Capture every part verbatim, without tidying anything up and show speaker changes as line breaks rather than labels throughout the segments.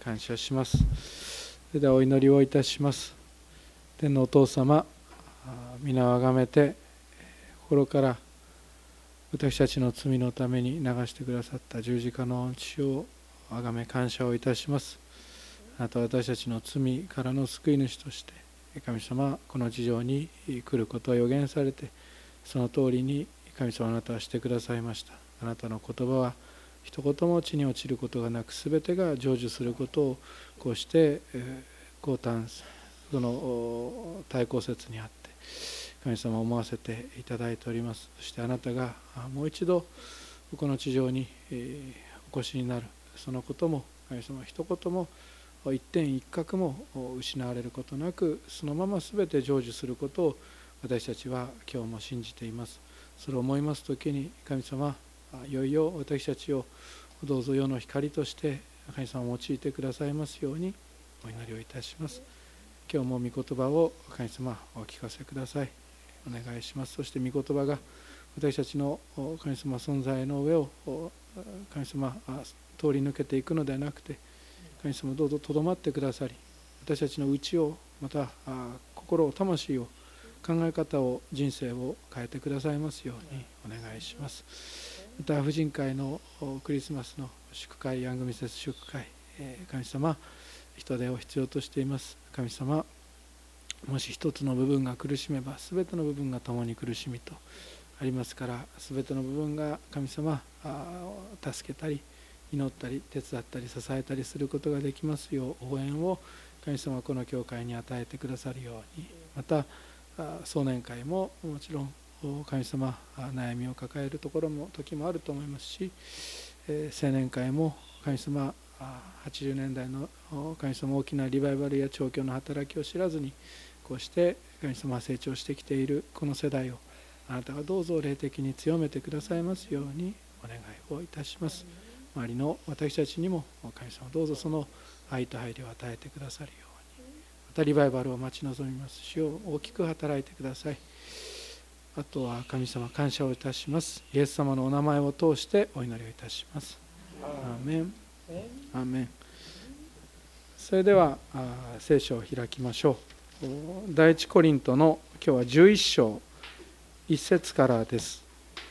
感謝します。それではお祈りをいたします。天のお父様、皆をあがめて心から私たちの罪のために流してくださった十字架の血をあがめ感謝をいたします。あなたは私たちの罪からの救い主として神様、この地上に来ることを予言されて、その通りに神様あなたはしてくださいました。あなたの言葉は一言も地に落ちることがなく、すべてが成就することをこうして降誕、その対抗説にあって神様を思わせていただいております。そしてあなたがもう一度この地上にお越しになる、そのことも神様一言も一点一角も失われることなく、そのまま全て成就することを私たちは今日も信じています。それを思いますときに、神様、いよいよ私たちをどうぞ世の光として神様を用いてくださいますようにお祈りをいたします。今日も御言葉を神様お聞かせください。お願いします。そして御言葉が私たちの神様存在の上を神様通り抜けていくのではなくて、神様どうぞとどまってくださり、私たちの内を、また心を、魂を、考え方を、人生を変えてくださいますようにお願いします。また婦人会のクリスマスの祝会、ヤングミセス祝会、神様人手を必要としています。神様、もし一つの部分が苦しめば全ての部分が共に苦しみとありますから、全ての部分が神様助けたり祈ったり手伝ったり支えたりすることができますよう、応援を神様はこの教会に与えてくださるように、また壮年会ももちろん神様悩みを抱えるところも時もあると思いますし、青年会も神様はちじゅうねんだいの神様大きなリバイバルや調教の働きを知らずにこうして神様は成長してきているこの世代をあなたがどうぞ霊的に強めてくださいますようにお願いをいたします。周りの私たちにも神様どうぞその愛と配慮を与えてくださるように、またリバイバルを待ち望みます。主を大きく働いてください。あとは神様感謝をいたします。イエス様のお名前を通してお祈りをいたします。アーメン、アーメン。それでは聖書を開きましょう。第一コリントの今日はじゅういっ章いっ節からです。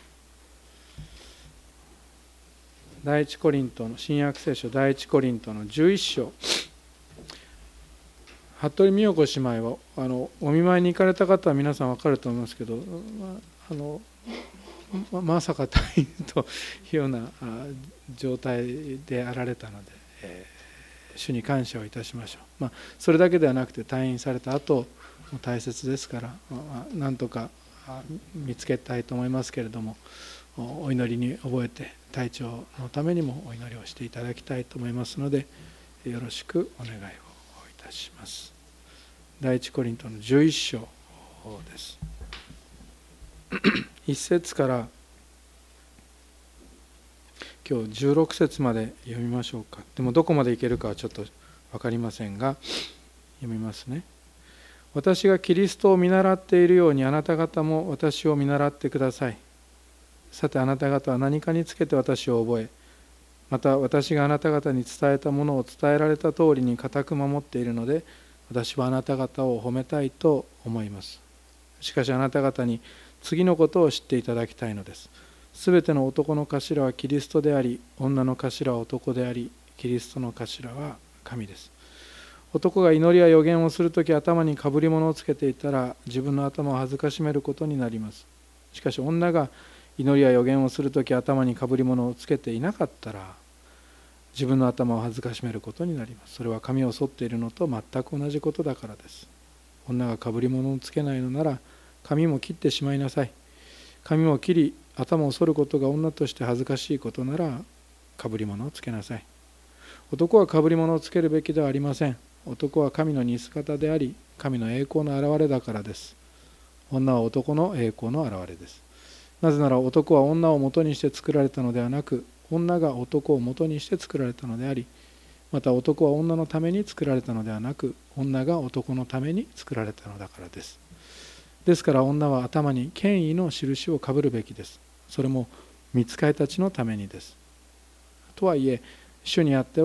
第一コリントの新約聖書第一コリントのじゅういっ章、服部美代子姉妹はあのお見舞いに行かれた方は皆さん分かると思いますけど、まあのままさか退院というような状態であられたので、えー、主に感謝をいたしましょう。まあ、それだけではなくて退院された後も大切ですから、まあ、なんとか見つけたいと思いますけれども、お祈りに覚えて体調のためにもお祈りをしていただきたいと思いますので、よろしくお願いをいたします。第一コリントのじゅういっ章です。いっ節から今日じゅうろく節まで読みましょうか。でもどこまでいけるかはちょっと分かりませんが読みますね。私がキリストを見習っているようにあなた方も私を見習ってください。さてあなた方は何かにつけて私を覚え、また私があなた方に伝えたものを伝えられた通りに固く守っているので、私はあなた方を褒めたいと思います。しかしあなた方に次のことを知っていただきたいのです。すべての男の頭はキリストであり、女の頭は男であり、キリストの頭は神です。男が祈りや予言をするとき頭にかぶり物をつけていたら自分の頭を恥ずかしめることになります。しかし女が祈りや予言をするとき頭にかぶり物をつけていなかったら自分の頭を恥ずかしめることになります。それは髪を剃っているのと全く同じことだからです。女がかぶり物をつけないのなら髪も切ってしまいなさい。髪も切り頭を剃ることが女として恥ずかしいことならかぶり物をつけなさい。男はかぶり物をつけるべきではありません。男は神の似姿であり神の栄光の現れだからです。女は男の栄光の現れです。なぜなら男は女を元にして作られたのではなく、女が男を元にして作られたのであり、また男は女のために作られたのではなく、女が男のために作られたのだからです。ですから女は頭に権威の印をかぶるべきです。それも御使いたちのためにです。とはいえ主にあっては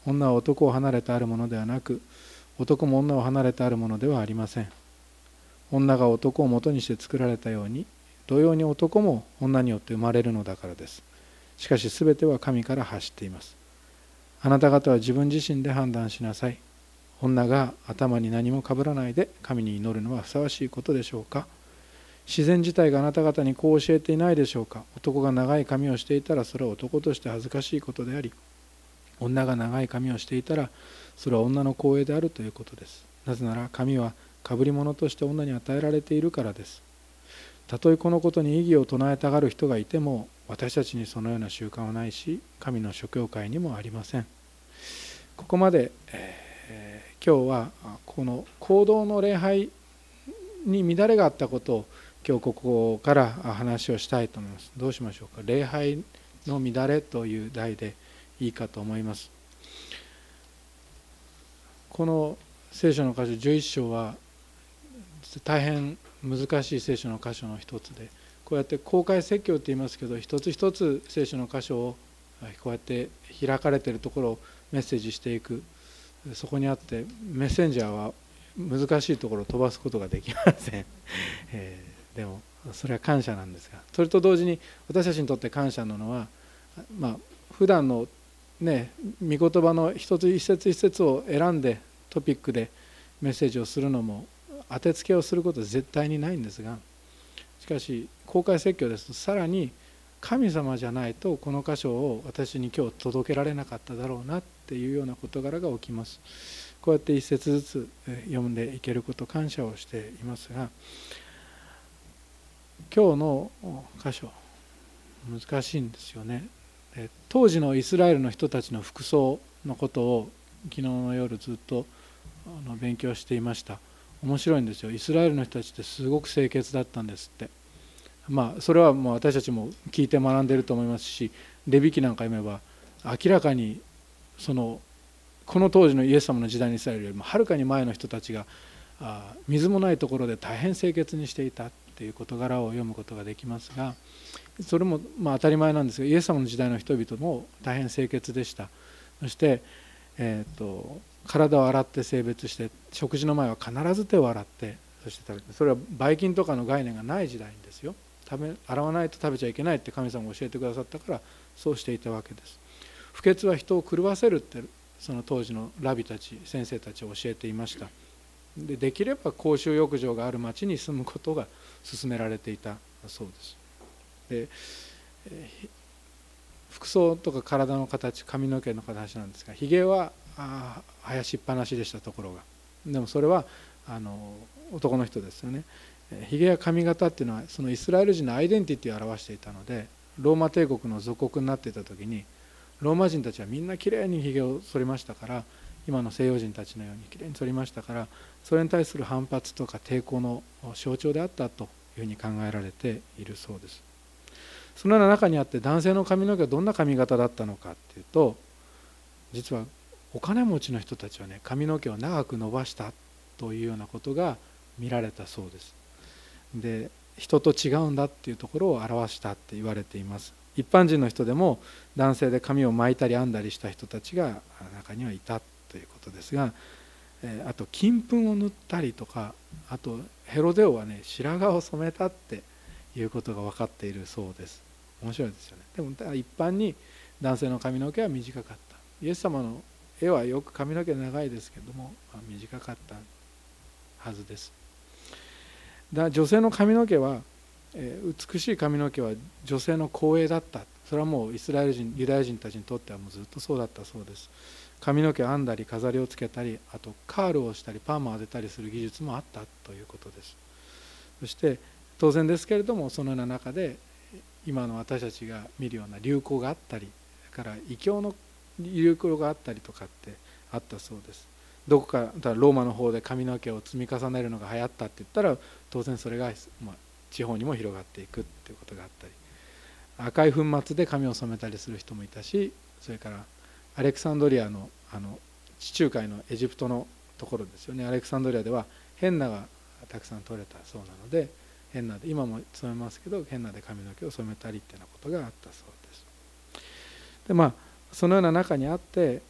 女は男を離れてあるものではなく、男も女を離れてあるものではありません。女が男を元にして作られたように、同様に男も女によって生まれるのだからです。しかしすべては神から発しています。あなた方は自分自身で判断しなさい。女が頭に何もかぶらないで神に祈るのはふさわしいことでしょうか。自然自体があなた方にこう教えていないでしょうか。男が長い髪をしていたらそれは男として恥ずかしいことであり、女が長い髪をしていたらそれは女の光栄であるということです。なぜなら髪は被り物として女に与えられているからです。たとえこのことに異議を唱えたがる人がいても、私たちにそのような習慣はないし、神の諸教会にもありません。ここまで、えー、今日はこの行動の礼拝に乱れがあったことを今日ここから話をしたいと思います。どうしましょうか。礼拝の乱れという題でいいかと思います。この聖書の箇所じゅういっ章は大変難しい聖書の箇所の一つで、こうやって公開説教と言いますけど、一つ一つ聖書の箇所をこうやって開かれているところをメッセージしていく。そこにあってメッセンジャーは難しいところを飛ばすことができません、えー、でもそれは感謝なんですが、それと同時に私たちにとって感謝なのは、まあ普段のね御言葉の一つ一節一節を選んでトピックでメッセージをするのも当てつけをすることは絶対にないんですが、しかし公開説教ですとさらに神様じゃないとこの箇所を私に今日届けられなかっただろうなっていうような事柄が起きます。こうやって一節ずつ読んでいけること感謝をしていますが、今日の箇所難しいんですよね。当時のイスラエルの人たちの服装のことを昨日の夜ずっと勉強していました。面白いんですよ。イスラエルの人たちってすごく清潔だったんですって。まあそれはもう私たちも聞いて学んでいると思いますし、レビ記なんか読めば明らかにそのこの当時のイエス様の時代のイスラエルよりもはるかに前の人たちがあ水もないところで大変清潔にしていたっていう事柄を読むことができますが、それもまあ当たり前なんですが、イエス様の時代の人々も大変清潔でした。そして、えー、と体を洗って性別して、食事の前は必ず手を洗ってそして食べて、それはばい菌とかの概念がない時代ですよ。食べ洗わないと食べちゃいけないって神様が教えてくださったからそうしていたわけです。不潔は人を狂わせるってその当時のラビたち先生たちは教えていました。で、できれば公衆浴場がある町に住むことが勧められていたそうです。で、服装とか体の形、髪の毛の形なんですが、ひげはあ生やしっぱなしでした。ところがでもそれはあの男の人ですよね。ひげや髪型っていうのはそのイスラエル人のアイデンティティを表していたので、ローマ帝国の属国になっていた時にローマ人たちはみんなきれいにひげを剃りましたから、今の西洋人たちのようにきれいに剃りましたから、それに対する反発とか抵抗の象徴であったというふうに考えられているそうです。そのような中にあって、男性の髪の毛はどんな髪型だったのかっていうと、実はお金持ちの人たちはね、髪の毛を長く伸ばしたというようなことが見られたそうです。で、人と違うんだっていうところを表したって言われています。一般人の人でも男性で髪を巻いたり編んだりした人たちが中にはいたということですが、あと金粉を塗ったりとか、あとヘロデオはね白髪を染めたっていうことが分かっているそうです。面白いですよね。でも一般に男性の髪の毛は短かった。イエス様の絵はよく髪の毛長いですけども、まあ、短かったはずです。だ女性の髪の毛は、えー、美しい髪の毛は女性の光栄だった。それはもうイスラエル人ユダヤ人たちにとってはもうずっとそうだったそうです。髪の毛を編んだり飾りをつけたり、あとカールをしたりパーマを当てたりする技術もあったということです。そして当然ですけれども、そのような中で今の私たちが見るような流行があったり、だから異教の流行があったりとかってあったそうです。どこかローマの方で髪の毛を積み重ねるのが流行ったって言ったら、当然それが、まあ、地方にも広がっていくっていうことがあったり、赤い粉末で髪を染めたりする人もいたし、それからアレクサンドリアのあの地中海のエジプトのところですよね。アレクサンドリアではヘンナがたくさん取れたそうなので、ヘンナで今も染めますけど、ヘンナで髪の毛を染めたりっていうようなことがあったそうです。でまあそのような中にあって、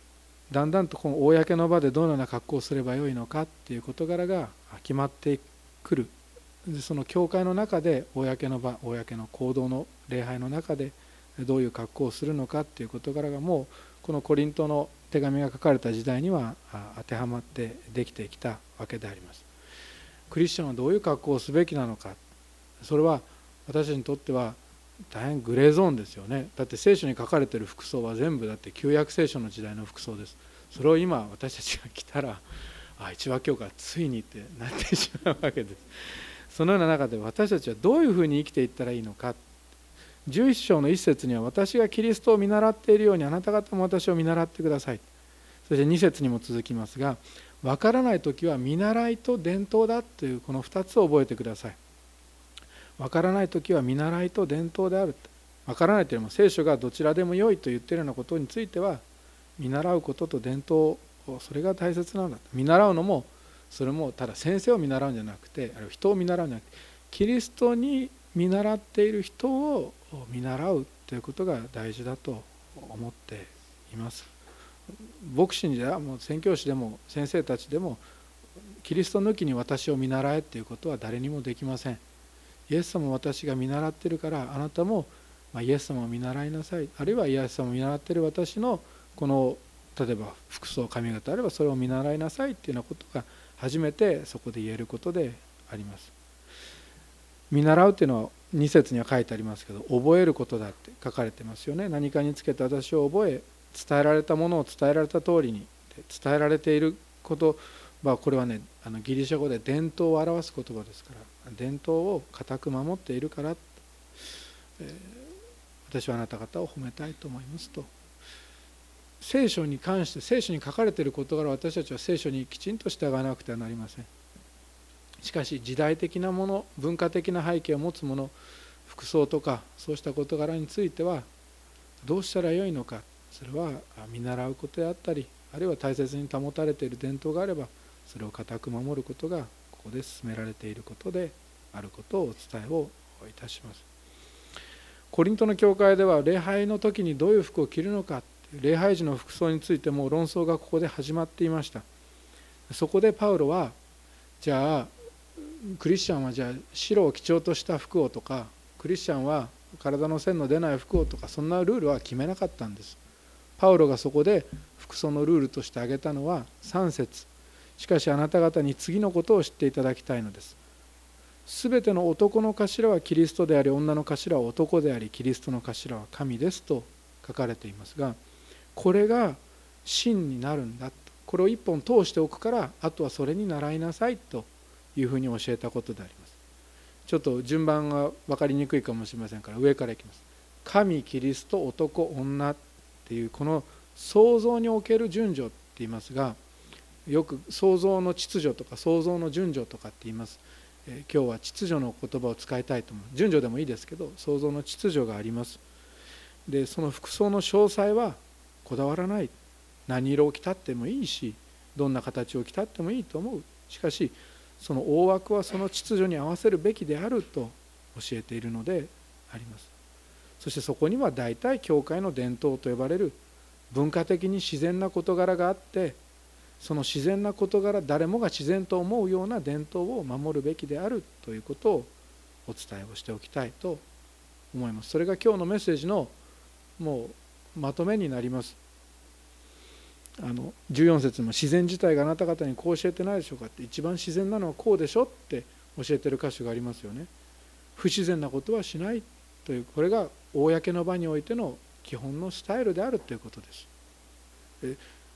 だんだんとこの公の場でどのような格好をすればよいのかっていう事柄が決まってくる。でその教会の中で公の場、公の行動の礼拝の中でどういう格好をするのかっていう事柄がもうこのコリントの手紙が書かれた時代には当てはまってできてきたわけであります。クリスチャンはどういう格好をすべきなのか、それは私たちにとっては大変グレーゾーンですよね。だって聖書に書かれている服装は全部だって旧約聖書の時代の服装です。それを今私たちが着たら、あ、一和教会ついにってなってしまうわけです。そのような中で私たちはどういうふうに生きていったらいいのか。じゅういっ章の一節には、私がキリストを見習っているようにあなた方も私を見習ってください。そしてに節にも続きますが、分からないときは見習いと伝統だというこのふたつを覚えてください。分からないときは見習いと伝統である。分からないというのも聖書がどちらでも良いと言っているようなことについては、見習うことと伝統、それが大切なんだ。見習うのも、それもただ先生を見習うんじゃなくて、あるいは人を見習うんじゃなくて、キリストに見習っている人を見習うということが大事だと思っています。牧師でも宣教師でも先生たちでもキリスト抜きに私を見習えということは誰にもできません。イエス様を私が見習っているから、あなたもイエス様を見習いなさい。あるいはイエス様を見習っている私のこの例えば服装、髪型あればそれを見習いなさいというようなことが初めてそこで言えることであります。見習うというのはに節には書いてありますけど、覚えることだって書かれてますよね。何かにつけて私を覚え、伝えられたものを伝えられた通りに伝えられていることは、これはね、あのギリシャ語で伝統を表す言葉ですから、伝統を固く守っているから、えー、私はあなた方を褒めたいと思いますと。聖書に関して、聖書に書かれている事柄、私たちは聖書にきちんと従わなくてはなりません。しかし時代的なもの、文化的な背景を持つもの、服装とかそうした事柄についてはどうしたらよいのか、それは見習うことであったり、あるいは大切に保たれている伝統があればそれを固く守ることがここで進められていることであることをお伝えをいたします。コリントの教会では礼拝の時にどういう服を着るのか、礼拝時の服装についても論争がここで始まっていました。そこでパウロは、じゃあクリスチャンはじゃあ白を基調とした服をとか、クリスチャンは体の線の出ない服をとか、そんなルールは決めなかったんです。パウロがそこで服装のルールとして挙げたのはさん節。しかしあなた方に次のことを知っていただきたいのです。すべての男の頭はキリストであり、女の頭は男であり、キリストの頭は神ですと書かれていますが、これが真になるんだと、これを一本通しておくから、あとはそれに習いなさいというふうに教えたことであります。ちょっと順番が分かりにくいかもしれませんから上からいきます。神、キリスト、男、女っていうこの創造における順序って言いますが、よく創造の秩序とか創造の順序とかって言います。えー、今日は秩序の言葉を使いたいと思う。順序でもいいですけど、創造の秩序があります。でその服装の詳細はこだわらない。何色を着たってもいいし、どんな形を着たってもいいと思う。しかしその大枠はその秩序に合わせるべきであると教えているのであります。そしてそこには大体教会の伝統と呼ばれる文化的に自然な事柄があって、その自然な事柄、誰もが自然と思うような伝統を守るべきであるということをお伝えをしておきたいと思います。それが今日のメッセージのもうまとめになります。あのじゅうよん節も、自然自体があなた方にこう教えてないでしょうかって、一番自然なのはこうでしょって教えてる箇所がありますよね。不自然なことはしないという、これが公の場においての基本のスタイルであるということです。え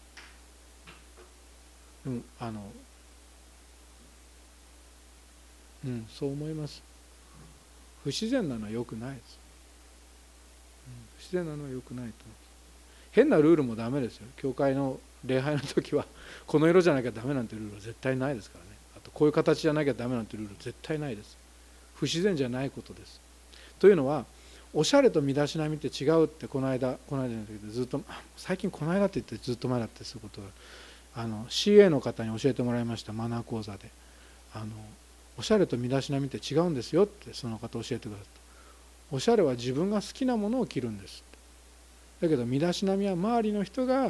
でもあのうんそう思います。不自然なのは良くないです、うん、不自然なのは良くないと思います。変なルールもダメですよ。教会の礼拝の時はこの色じゃなきゃダメなんてルールは絶対ないですからね。あとこういう形じゃなきゃダメなんてルール絶対ないです。不自然じゃないことです。というのは、おしゃれと身だしなみって違うってこの間この間の時でずっと、最近この間って言ってずっと前だってそういうことがあの シーエー の方に教えてもらいました。マナー講座で、あのおしゃれと身だしなみって違うんですよってその方教えてくださった。おしゃれは自分が好きなものを着るんです。だけど身だしなみは周りの人が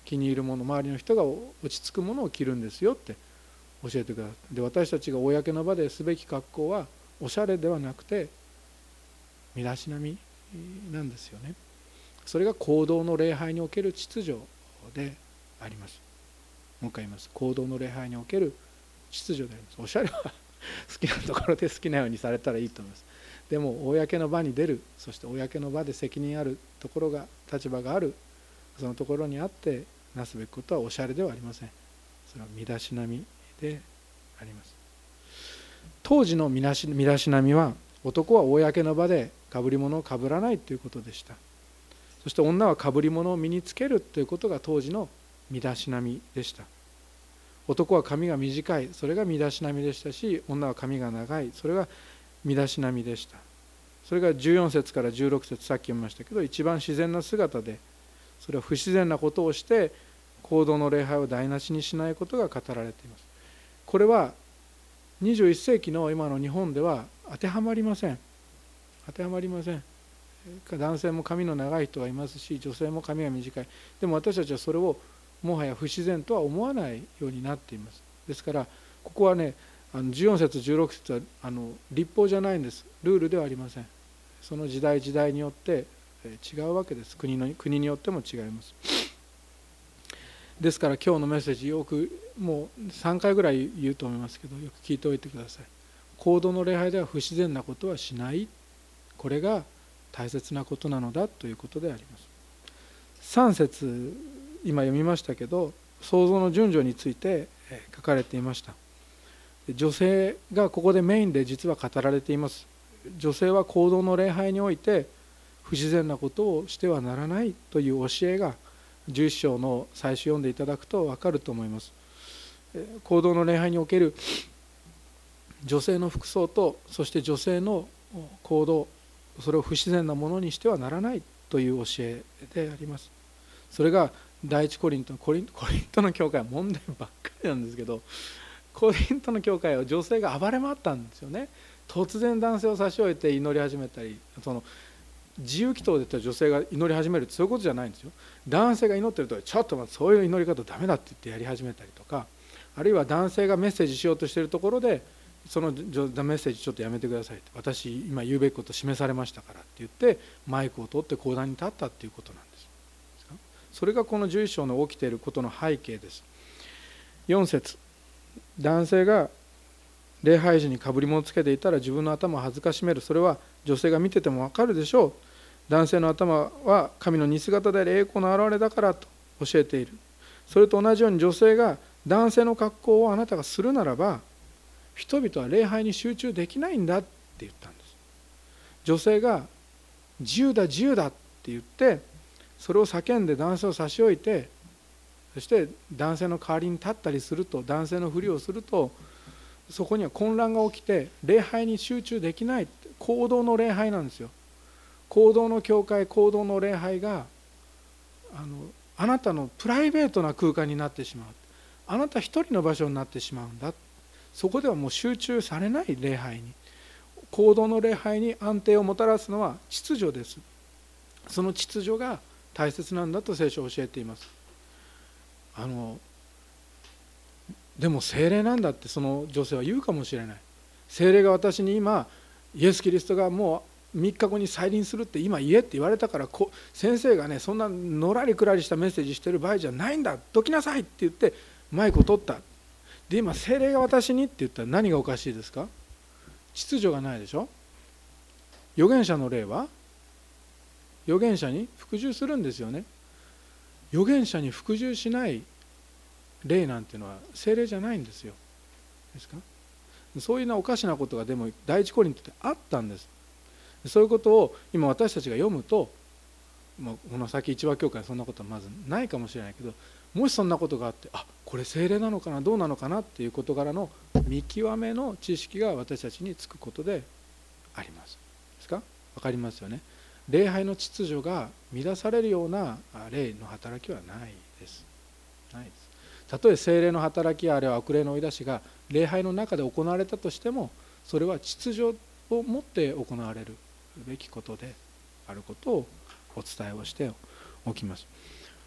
気に入るもの、周りの人が落ち着くものを着るんですよって教えてください。で、私たちが公の場ですべき格好はおしゃれではなくて身だしなみなんですよね。それが講堂の礼拝における秩序であります。もう一回言います。講堂の礼拝における秩序であります。おしゃれは好きなところで好きなようにされたらいいと思います。でも公の場に出る、そして公の場で責任あるところが、立場がある、そのところにあってなすべきことはおしゃれではありません。それは身だしなみであります。当時の身だしなみは、男は公の場でかぶり物をかぶらないということでした。そして女はかぶり物を身につけるということが当時の身だしなみでした。男は髪が短い、それが身だしなみでしたし、女は髪が長い、それが身だしなみでした。それがじゅうよん節からじゅうろく節、さっき読みましたけど、一番自然な姿で、それは不自然なことをして講堂の礼拝を台無しにしないことが語られています。これはにじゅういっ世紀の今の日本では当てはまりません。当てはまりません。男性も髪の長い人がいますし、女性も髪が短い。でも私たちはそれをもはや不自然とは思わないようになっています。ですからここはね、あのじゅうよん節じゅうろく節はあの律法じゃないんです。ルールではありません。その時代時代によって違うわけです。国の国によっても違います。ですから今日のメッセージ、よくもうさんかいぐらい言うと思いますけど、よく聞いておいてください。講堂の礼拝では不自然なことはしない、これが大切なことなのだということであります。さん節、今読みましたけど、創造の順序について書かれていました。女性がここでメインで実は語られています。女性は講堂の礼拝において不自然なことをしてはならないという教えがじゅういっ章の最初読んでいただくと分かると思います。講堂の礼拝における女性の服装と、そして女性の行動、それを不自然なものにしてはならないという教えであります。それが第一コリントのコリンコリントの教会は問題ばっかりなんですけど、コリントの教会は女性が暴れ回ったんですよね。突然男性を差し置いて祈り始めたり、その自由祈祷で言ったら女性が祈り始めるってそういうことじゃないんですよ。男性が祈ってるとちょっと待って、そういう祈り方ダメだって言ってやり始めたりとか、あるいは男性がメッセージしようとしているところで、そのメッセージちょっとやめてくださいって、私今言うべきこと示されましたからって言ってマイクを取って講談に立ったっていうことなんです。それがこのじゅういっ章の起きていることの背景です。よん節、男性が礼拝時にかぶり物をつけていたら自分の頭を恥ずかしめる、それは女性が見てても分かるでしょう。男性の頭は神の似姿であり栄光の現れだからと教えている。それと同じように女性が男性の格好をあなたがするならば、人々は礼拝に集中できないんだって言ったんです。女性が自由だ自由だって言ってそれを叫んで男性を差し置いて、そして男性の代わりに立ったりすると、男性のふりをすると、そこには混乱が起きて礼拝に集中できない。講堂の礼拝なんですよ。講堂の教会、講堂の礼拝があのあなたのプライベートな空間になってしまう。あなた一人の場所になってしまうんだ。そこではもう集中されない礼拝に、講堂の礼拝に安定をもたらすのは秩序です。その秩序が大切なんだと聖書を教えています。あのでも聖霊なんだってその女性は言うかもしれない。聖霊が私に今イエス・キリストがもうみっかごに再臨するって今言えって言われたから、こ先生がねそんなのらりくらりしたメッセージしてる場合じゃないんだ、どきなさいって言ってマイクを取った。で今聖霊が私にって言ったら何がおかしいですか？秩序がないでしょ。預言者の霊は預言者に服従するんですよね。預言者に服従しない霊なんていうのは聖霊じゃないんですよ。ですか？そういうなおかしなことがでも第一コリントってあったんです。そういうことを今私たちが読むと、もうこの先一和教会はそんなことはまずないかもしれないけど、もしそんなことがあって、あ、これ聖霊なのかなどうなのかなっていう事柄の見極めの知識が私たちにつくことであります。ですか？わかりますよね。礼拝の秩序が乱されるような霊の働きはないです。ないです。たとえ聖霊の働きやあるいは悪霊の追い出しが礼拝の中で行われたとしても、それは秩序をもって行われるべきことであることをお伝えをしておきます。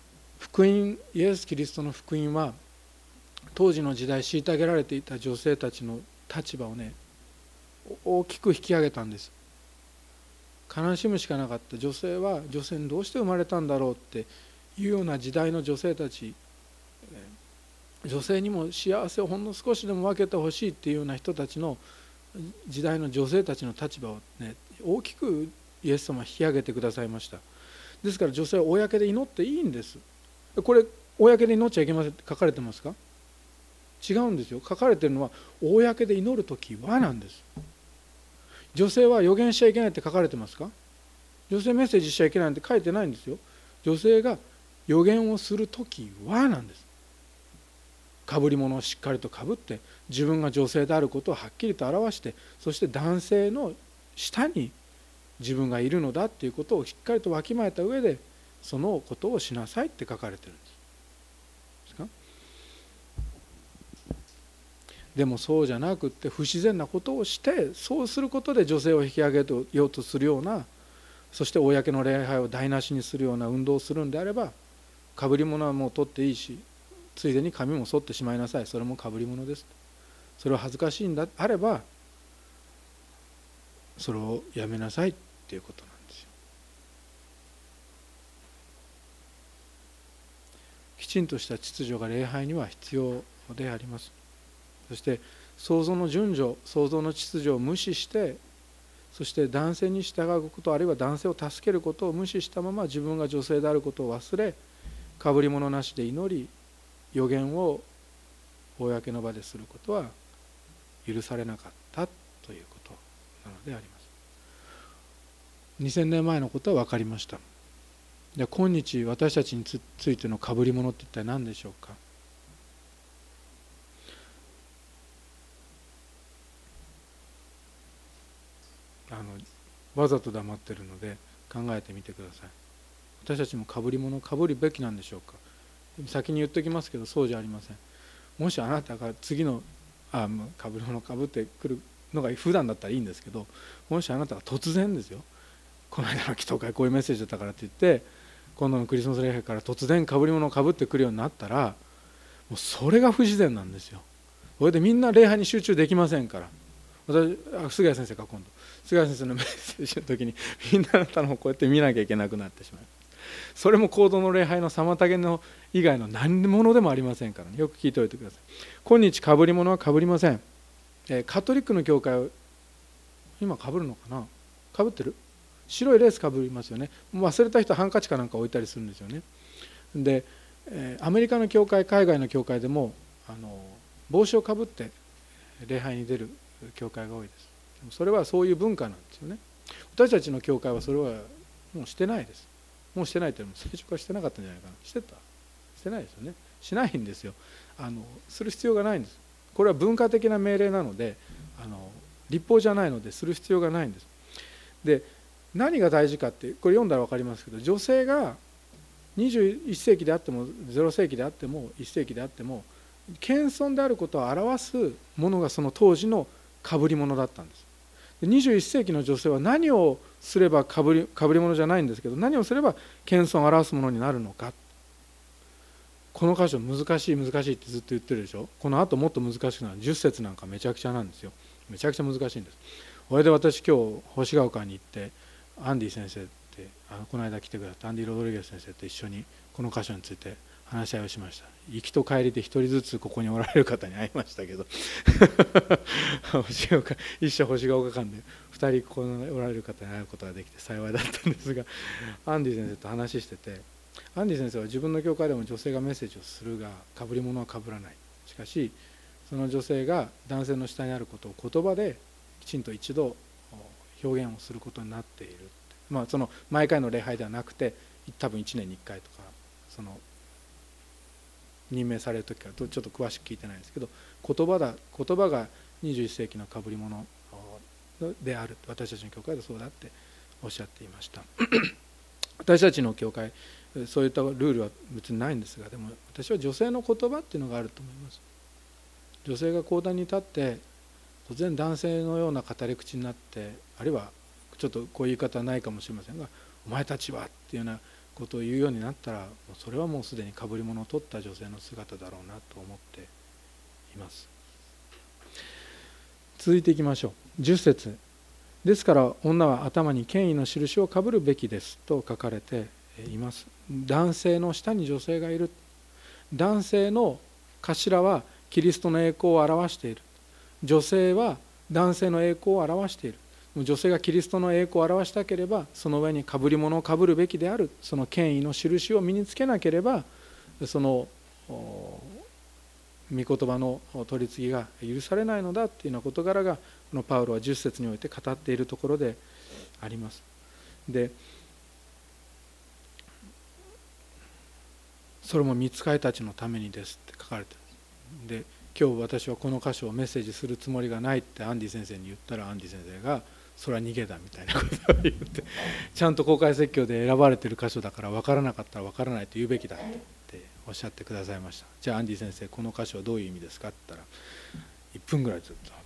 福音、イエス・キリストの福音は当時の時代虐げられていた女性たちの立場をね大きく引き上げたんです。悲しむしかなかった。女性は女性にどうして生まれたんだろうっていうような時代の女性たち、女性にも幸せをほんの少しでも分けてほしいっていうような人たちの時代の女性たちの立場をね大きくイエス様は引き上げてくださいました。ですから女性は公で祈っていいんです。これ公で祈っちゃいけませんって書かれてますか？違うんですよ。書かれてるのは公で祈るときはなんです。女性は予言しちゃいけないって書かれてますか？女性メッセージしちゃいけないって書いてないんですよ。女性が予言をするときはなんです。かぶり物をしっかりとかぶって自分が女性であることをはっきりと表して、そして男性の下に自分がいるのだっていうことをしっかりとわきまえた上でそのことをしなさいって書かれてるんです。ですか？でもそうじゃなくって不自然なことをして、そうすることで女性を引き上げようとするような、そして公の礼拝を台無しにするような運動をするんであれば、かぶり物はもう取っていいし、ついでに髪も剃ってしまいなさい、それもかぶり物です。それは恥ずかしいんだあればそれをやめなさいっていうことなんですよ。きちんとした秩序が礼拝には必要であります。そして創造の順序、創造の秩序を無視して、そして男性に従うこと、あるいは男性を助けることを無視したまま自分が女性であることを忘れ、かぶり物なしで祈り予言を公の場ですることは許されなかったということなのであります。にせんねんまえのことは分かりました。では今日私たちについてのかぶり物って一体何でしょうか。あのわざと黙ってるので考えてみてください。私たちもかぶり物をかぶるべきなんでしょうか。先に言っておきますけどそうじゃありません。もしあなたが次のあかぶり物をかぶってくるのが普段だったらいいんですけど、もしあなたが突然ですよ、この間の祈祷会こういうメッセージだったからって言って今度のクリスマス礼拝から突然かぶり物をかぶってくるようになったら、もうそれが不自然なんですよ。それでみんな礼拝に集中できませんから。私菅谷先生が今度菅谷先生のメッセージの時にみんなあなたの方こうやって見なきゃいけなくなってしまう。それも行動の礼拝の妨げの以外の何者でもありませんから、ね、よく聞いておいてください。今日かぶり物はかぶりません。えー、カトリックの教会を今かぶるのかな、かぶってる？白いレースかぶりますよね。忘れた人はハンカチかなんか置いたりするんですよね。で、えー、アメリカの教会、海外の教会でもあの帽子をかぶって礼拝に出る教会が多いです。それはそういう文化なんですよね。私たちの教会はそれはもうしてないです。もうしてないというのも最初からしてなかったんじゃないかな。してた？してないですよね。しないんですよ。あのする必要がないんです。これは文化的な命令なので、あの立法じゃないのでする必要がないんです。で、何が大事かって、これ読んだら分かりますけど、女性がにじゅういっ世紀であってもゼロ世紀であってもいっ世紀であっても謙遜であることを表すものがその当時のかぶり物だったんです。にじゅういっ世紀の女性は何をすればかぶり、かぶり物じゃないんですけど、何をすれば謙遜を表すものになるのか。この箇所難しい難しいってずっと言ってるでしょ。この後もっと難しくなるじゅっ節なんかめちゃくちゃなんですよ。めちゃくちゃ難しいんです。それで私今日星ヶ丘に行ってアンディ先生ってあのこの間来てくださったアンディ・ロドリゲス先生と一緒にこの箇所について話し合いをしました。行きと帰りで一人ずつここにおられる方に会いましたけど星ヶ丘一社星ヶ丘間でふたりここにおられる方に会うことができて幸いだったんですが、アンディ先生と話してて、アンディ先生は自分の教会でも女性がメッセージをするがかぶり物はかぶらない。しかしその女性が男性の下にあることを言葉できちんと一度表現をすることになっている。まあその毎回の礼拝ではなくて多分いちねんにいっかいとかその任命される時からちょっと詳しく聞いてないですけど、言葉だ言葉がにじゅういっ世紀のかぶり物である、私たちの教会でそうだっておっしゃっていました私たちの教会そういったルールは別にないんですが、でも私は女性の言葉っていうのがあると思います。女性が講談に立って突然男性のような語り口になって、あるいはちょっとこういう言い方はないかもしれませんが、お前たちはっていうようなことを言うようになったら、それはもうすでに被り物を取った女性の姿だろうなと思っています。続いていきましょう。じゅっ節、ですから女は頭に権威の印をかぶるべきですと書かれています。男性の下に女性がいる。男性の頭はキリストの栄光を表している。女性は男性の栄光を表している。女性がキリストの栄光を表したければ、その上に被り物をかぶるべきである、その権威の印を身につけなければ、その御言葉の取り次ぎが許されないのだというような事柄が、このパウロはじゅっ節において語っているところであります。で、それも御使いたちのためにですって書かれている。で、今日私はこの箇所をメッセージするつもりがないってアンディ先生に言ったら、アンディ先生がそれは逃げだみたいなことを言って、ちゃんと公開説教で選ばれている箇所だから分からなかったら分からないと言うべきだっておっしゃってくださいました。じゃあアンディ先生、この箇所はどういう意味ですかって言ったら、いっぷんぐらいずっと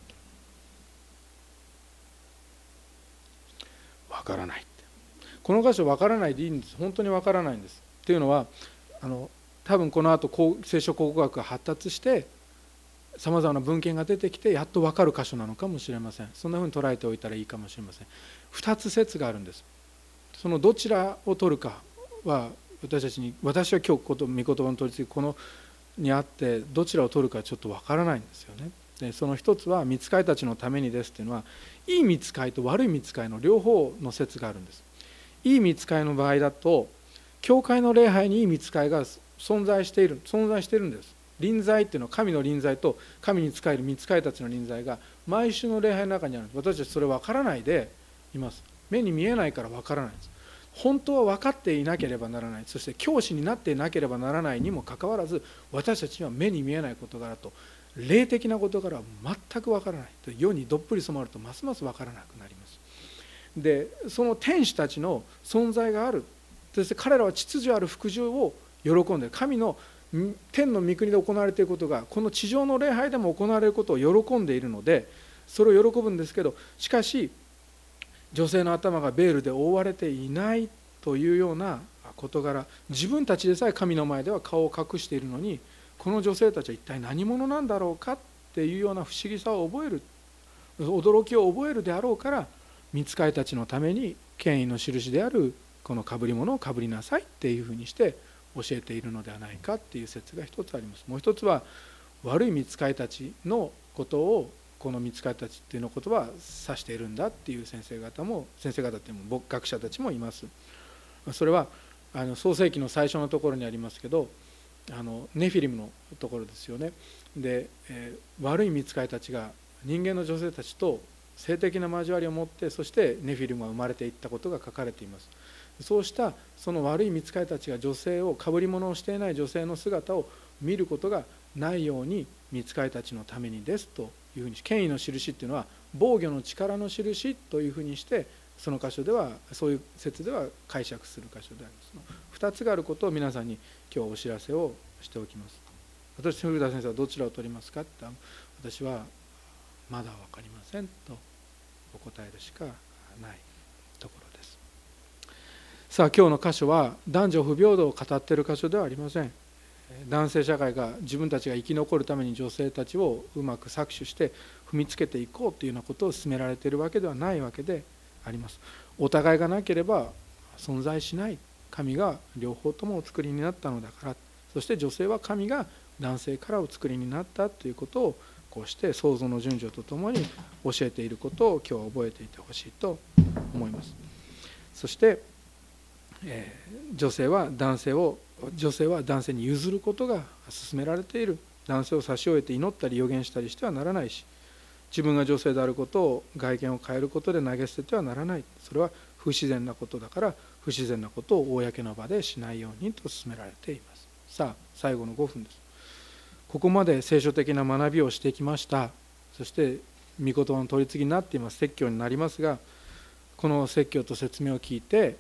分からないって。この箇所分からないでいいんです。本当に分からないんです。っていうのは、あの多分この後聖書考古学が発達してさまざまな文献が出てきてやっと分かる箇所なのかもしれません。そんなふうに捉えておいたらいいかもしれません。ふたつ説があるんです。そのどちらを取るかは私たちに、私は今日こと御言葉の取り次ぎこのにあってどちらを取るかちょっと分からないんですよね。でその一つは御使いたちのためにですっていうのは、いい御使いと悪い御使いの両方の説があるんです。いい御使いの場合だと、教会の礼拝にいい御使いが存在している存在しているんです。臨在っていうのは神の臨在と神に仕える御使いたちの臨在が毎週の礼拝の中にあるんです。私たちそれ分からないでいます。目に見えないから分からないんです。本当は分かっていなければならない、そして教師になっていなければならないにもかかわらず、私たちには目に見えない事柄と霊的な事柄は全く分からないと、世にどっぷり染まるとますます分からなくなります。でその天使たちの存在がある、そして彼らは秩序ある服従を喜んでいる。神の天の御国で行われていることがこの地上の礼拝でも行われることを喜んでいるので、それを喜ぶんですけど、しかし女性の頭がベールで覆われていないというような事柄、自分たちでさえ神の前では顔を隠しているのに、この女性たちは一体何者なんだろうかっていうような不思議さを覚える、驚きを覚えるであろうから、御使いたちのために権威の印であるこの被り物をかぶりなさいっていうふうにして教えているのではないかっていう説が一つあります。もう一つは、悪い御使いたちのことをこの御使いたちっていうの言葉は指しているんだっていう先生方も先生方っていうのも学者たちもいます。それはあの創世記の最初のところにありますけど、あのネフィリムのところですよね。で、えー、悪い御使いたちが人間の女性たちと性的な交わりを持って、そしてネフィリムが生まれていったことが書かれています。そうしたその悪い御使いたちが女性を、被り物をしていない女性の姿を見ることがないように御使いたちのためにですというふうに、権威の印っていうのは防御の力の印というふうにして、その箇所ではそういう説では解釈する箇所であります。ふたつがあることを皆さんに今日お知らせをしておきます。私、古田先生はどちらを取りますかって、私はまだ分かりませんとお答えるしかないところです。さあ、今日の箇所は男女不平等を語っている箇所ではありません。男性社会が自分たちが生き残るために女性たちをうまく搾取して踏みつけていこうというようなことを進められているわけではないわけであります。お互いがなければ存在しない。神が両方ともお作りになったのだから、そして女性は神が男性からお作りになったということをこうして創造の順序とともに教えていることを今日は覚えていてほしいと思います。そして、えー、女性は男性を女性は男性に譲ることが勧められている。男性を差し終えて祈ったり予言したりしてはならないし、自分が女性であることを外見を変えることで投げ捨ててはならない。それは不自然なことだから、不自然なことを公の場でしないようにと勧められています。さあ、最後のごふんです。ここまで聖書的な学びをしてきました。そして御言葉の取り次ぎになっています。説教になりますが、この説教と説明を聞いて、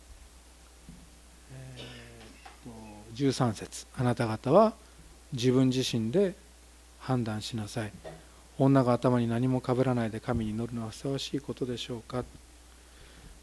えー、じゅうさん節、あなた方は自分自身で判断しなさい。女が頭に何もかぶらないで神に祈るのはふさわしいことでしょうか。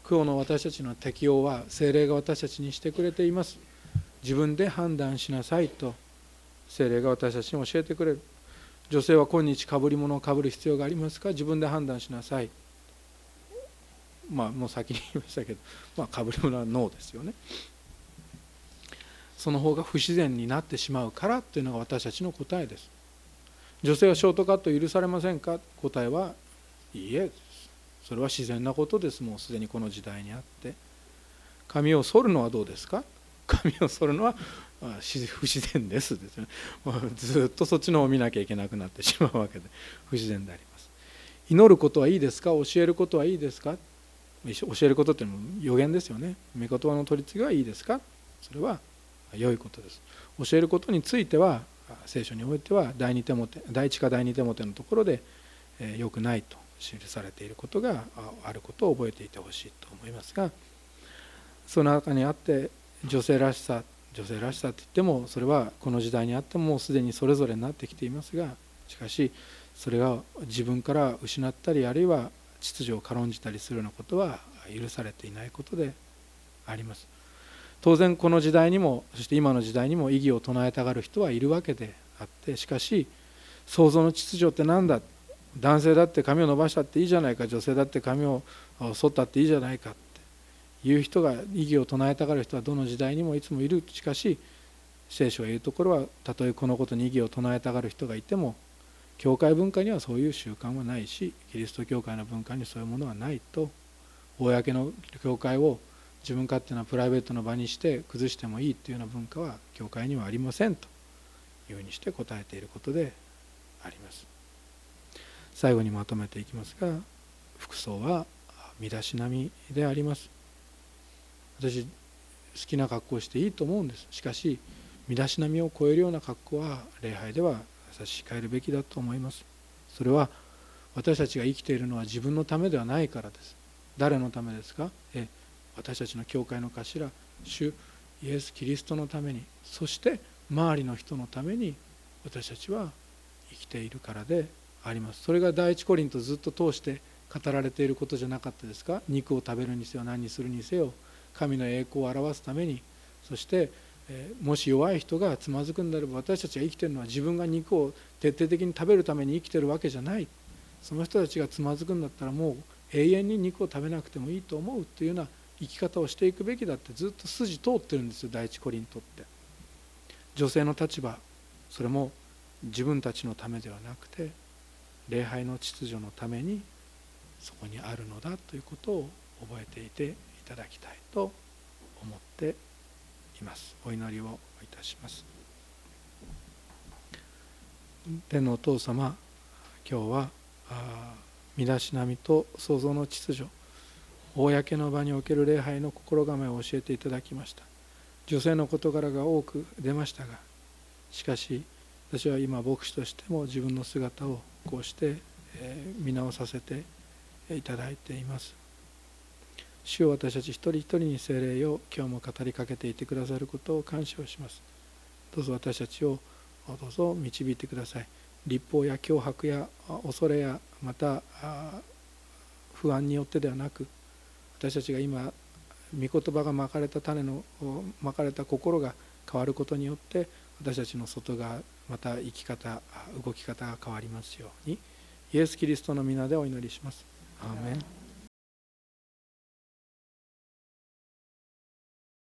今日の私たちの適応は聖霊が私たちにしてくれています。自分で判断しなさいと聖霊が私たちに教えてくれる。女性は今日かぶり物をかぶる必要がありますか？自分で判断しなさい。まあもう先に言いましたけど、まあ、かぶり物はノーですよね。その方が不自然になってしまうからというのが私たちの答えです。女性はショートカット許されませんか？答えはいいえ、それは自然なことです。もうすでにこの時代にあって。髪を剃るのはどうですか？髪を剃るのは不自然ですですね。ずっとそっちの方を見なきゃいけなくなってしまうわけで不自然であります。祈ることはいいですか？教えることはいいですか？教えることっていうのも予言ですよね。御言葉の取り次ぎはいいですか？それは良いことです。教えることについては聖書においては第二テモテ第一か第二テモテのところで良くないと記されていることがあることを覚えていてほしいと思いますが、その中にあって女性らしさ女性らしさといってもそれはこの時代にあってももうすでにそれぞれになってきていますが、しかしそれが自分から失ったりあるいは秩序を軽んじたりするようなことは許されていないことであります。当然この時代にもそして今の時代にも異議を唱えたがる人はいるわけであって、しかし創造の秩序って何だ、男性だって髪を伸ばしたっていいじゃないか、女性だって髪を剃ったっていいじゃないかっていう人が異議を唱えたがる人はどの時代にもいつもいる。しかし聖書が言うところは、たとえこのことに異議を唱えたがる人がいても教会文化にはそういう習慣はないし、キリスト教会の文化にそういうものはないと、公の教会を自分勝手なプライベートの場にして崩してもいいというような文化は教会にはありませんというふうにして答えていることであります。最後にまとめていきますが、服装は身だしなみであります。私好きな格好をしていいと思うんです。しかし身だしなみを超えるような格好は礼拝では差し控えるべきだと思います。それは私たちが生きているのは自分のためではないからです。誰のためですか？え私たちの教会の頭、主イエス・キリストのために、そして周りの人のために私たちは生きているからであります。それが第一コリントずっと通して語られていることじゃなかったですか？肉を食べるにせよ何にするにせよ神の栄光を表すために、そしてもし弱い人がつまずくんであれば、私たちが生きているのは自分が肉を徹底的に食べるために生きているわけじゃない。その人たちがつまずくんだったらもう永遠に肉を食べなくてもいいと思うというような生き方をしていくべきだってずっと筋通ってるんですよ、第一コリントって。女性の立場、それも自分たちのためではなくて礼拝の秩序のためにそこにあるのだということを覚えていていただきたいと思っています。お祈りをいたします。天のお父様、今日は身だしなみと創造の秩序、公の場における礼拝の心構えを教えていただきました。女性の事柄が多く出ましたが、しかし私は今牧師としても自分の姿をこうして見直させていただいています。主を私たち一人一人に聖霊を今日も語りかけていてくださることを感謝をします。どうぞ私たちをどうぞ導いてください。立法や脅迫や恐れやまた不安によってではなく、私たちが今御言葉がまかれた種のまかれた心が変わることによって私たちの外側また生き方動き方が変わりますように、イエス・キリストの皆でお祈りします。アーメン。